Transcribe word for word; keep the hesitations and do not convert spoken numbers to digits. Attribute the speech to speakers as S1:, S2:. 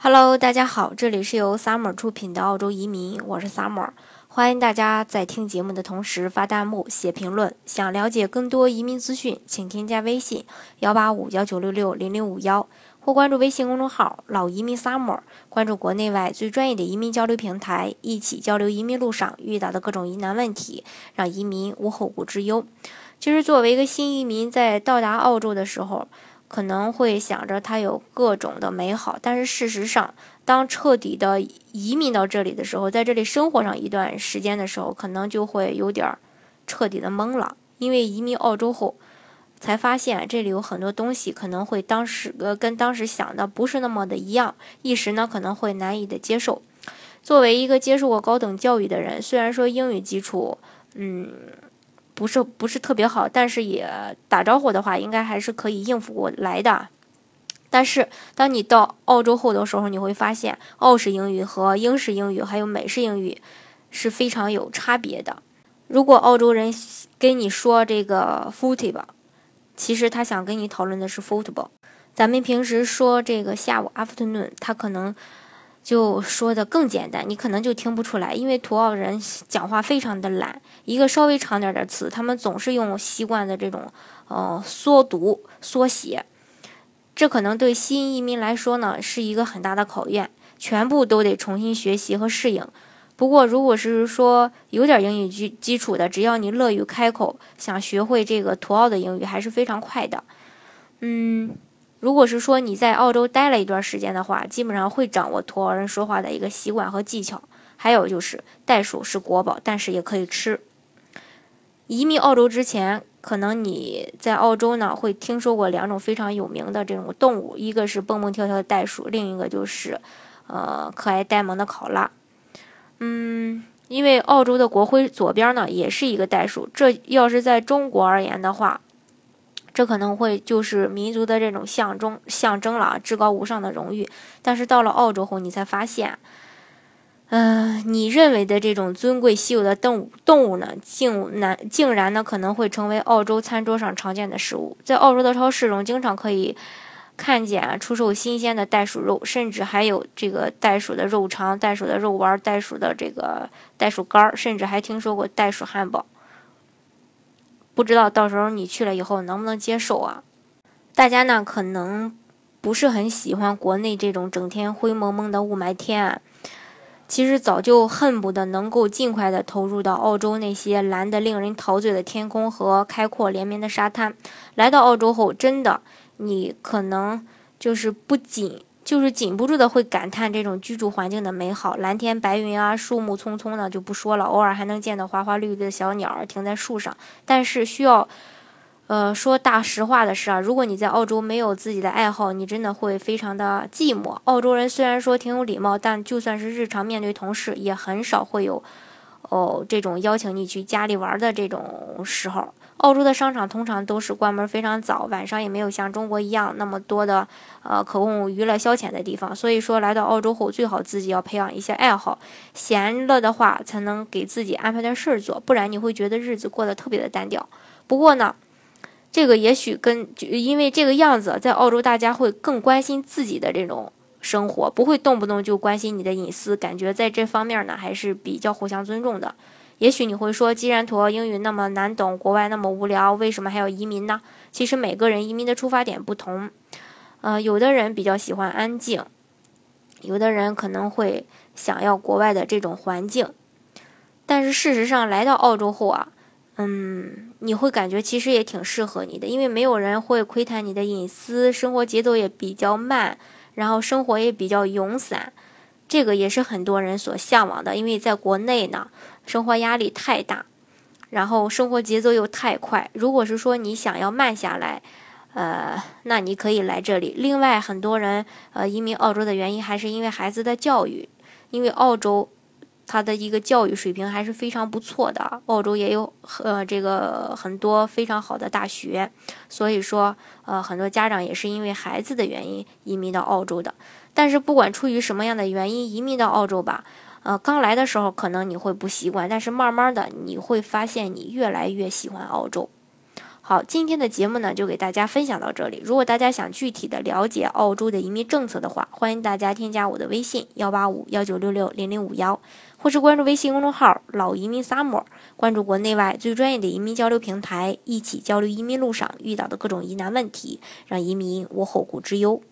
S1: Hello，大家好，这里是由 Summer 出品的澳洲移民，我是 Summer，欢迎大家在听节目的同时发弹幕、写评论。想了解更多移民资讯，请添加微信幺八五幺九六六零零五幺，或关注微信公众号老移民 Summer， 关注国内外最专业的移民交流平台，一起交流移民路上遇到的各种疑难问题，让移民无后顾之忧。其实，作为一个新移民，在到达澳洲的时候，可能会想着它有各种的美好，但是事实上，当彻底的移民到这里的时候，在这里生活上一段时间的时候，可能就会有点彻底的懵了。因为移民澳洲后，才发现这里有很多东西可能会当时呃跟当时想的不是那么的一样，一时呢可能会难以的接受。作为一个接受过高等教育的人，虽然说英语基础，嗯。不是不是特别好，但是也打招呼的话，应该还是可以应付过来的。但是当你到澳洲后的时候，你会发现澳式英语和英式英语还有美式英语是非常有差别的。如果澳洲人跟你说这个 football， 其实他想跟你讨论的是 football。咱们平时说这个下午 afternoon， 他可能就说的更简单，你可能就听不出来，因为土澳人讲话非常的懒，一个稍微长点的词，他们总是用习惯的这种呃缩读缩写，这可能对新移民来说呢是一个很大的考验，全部都得重新学习和适应。不过如果是说有点英语基基础的，只要你乐于开口，想学会这个土澳的英语还是非常快的。嗯。如果是说你在澳洲待了一段时间的话，基本上会掌握土澳人说话的一个习惯和技巧。还有就是袋鼠是国宝，但是也可以吃。移民澳洲之前，可能你在澳洲呢会听说过两种非常有名的这种动物，一个是蹦蹦跳跳的袋鼠，另一个就是呃可爱呆萌的考拉。嗯，因为澳洲的国徽左边呢也是一个袋鼠，这要是在中国而言的话，这可能会就是民族的这种象征象征了，至高无上的荣誉。但是到了澳洲后，你才发现，呃，你认为的这种尊贵稀有的动物动物呢，竟然竟然呢可能会成为澳洲餐桌上常见的食物。在澳洲的超市中，经常可以看见出售新鲜的袋鼠肉，甚至还有这个袋鼠的肉肠、袋鼠的肉丸、袋鼠的这个袋鼠干，甚至还听说过袋鼠汉堡。不知道到时候你去了以后能不能接受啊？大家呢可能不是很喜欢国内这种整天灰蒙蒙的雾霾天啊，其实早就恨不得能够尽快的投入到澳洲那些蓝得令人陶醉的天空和开阔连绵的沙滩。来到澳洲后，真的你可能就是不仅就是禁不住的会感叹这种居住环境的美好，蓝天白云啊，树木葱葱的就不说了，偶尔还能见到花花绿绿的小鸟停在树上。但是需要呃说大实话的是啊，如果你在澳洲没有自己的爱好，你真的会非常的寂寞。澳洲人虽然说挺有礼貌，但就算是日常面对同事，也很少会有哦这种邀请你去家里玩的这种时候。澳洲的商场通常都是关门非常早，晚上也没有像中国一样那么多的呃可供娱乐消遣的地方。所以说来到澳洲后，最好自己要培养一些爱好，闲了的话才能给自己安排点事儿做，不然你会觉得日子过得特别的单调。不过呢，这个也许跟因为这个样子，在澳洲大家会更关心自己的这种生活，不会动不动就关心你的隐私，感觉在这方面呢还是比较互相尊重的。也许你会说，既然土澳英语那么难懂，国外那么无聊，为什么还要移民呢？其实每个人移民的出发点不同，呃，有的人比较喜欢安静，有的人可能会想要国外的这种环境。但是事实上来到澳洲后啊，嗯，你会感觉其实也挺适合你的，因为没有人会窥探你的隐私，生活节奏也比较慢，然后生活也比较慵散。这个也是很多人所向往的，因为在国内呢，生活压力太大，然后生活节奏又太快。如果是说你想要慢下来，呃，那你可以来这里。另外，很多人呃移民澳洲的原因还是因为孩子的教育，因为澳洲它的一个教育水平还是非常不错的，澳洲也有呃这个很多非常好的大学，所以说呃很多家长也是因为孩子的原因移民到澳洲的。但是不管出于什么样的原因移民到澳洲吧，呃，刚来的时候可能你会不习惯，但是慢慢的你会发现你越来越喜欢澳洲。 好，今天的节目呢就给大家分享到这里。如果大家想具体的了解澳洲的移民政策的话，欢迎大家添加我的微信幺八五幺九六六零零五幺，或是关注微信公众号老移民 Summer， 关注国内外最专业的移民交流平台，一起交流移民路上遇到的各种疑难问题，让移民无后顾之忧。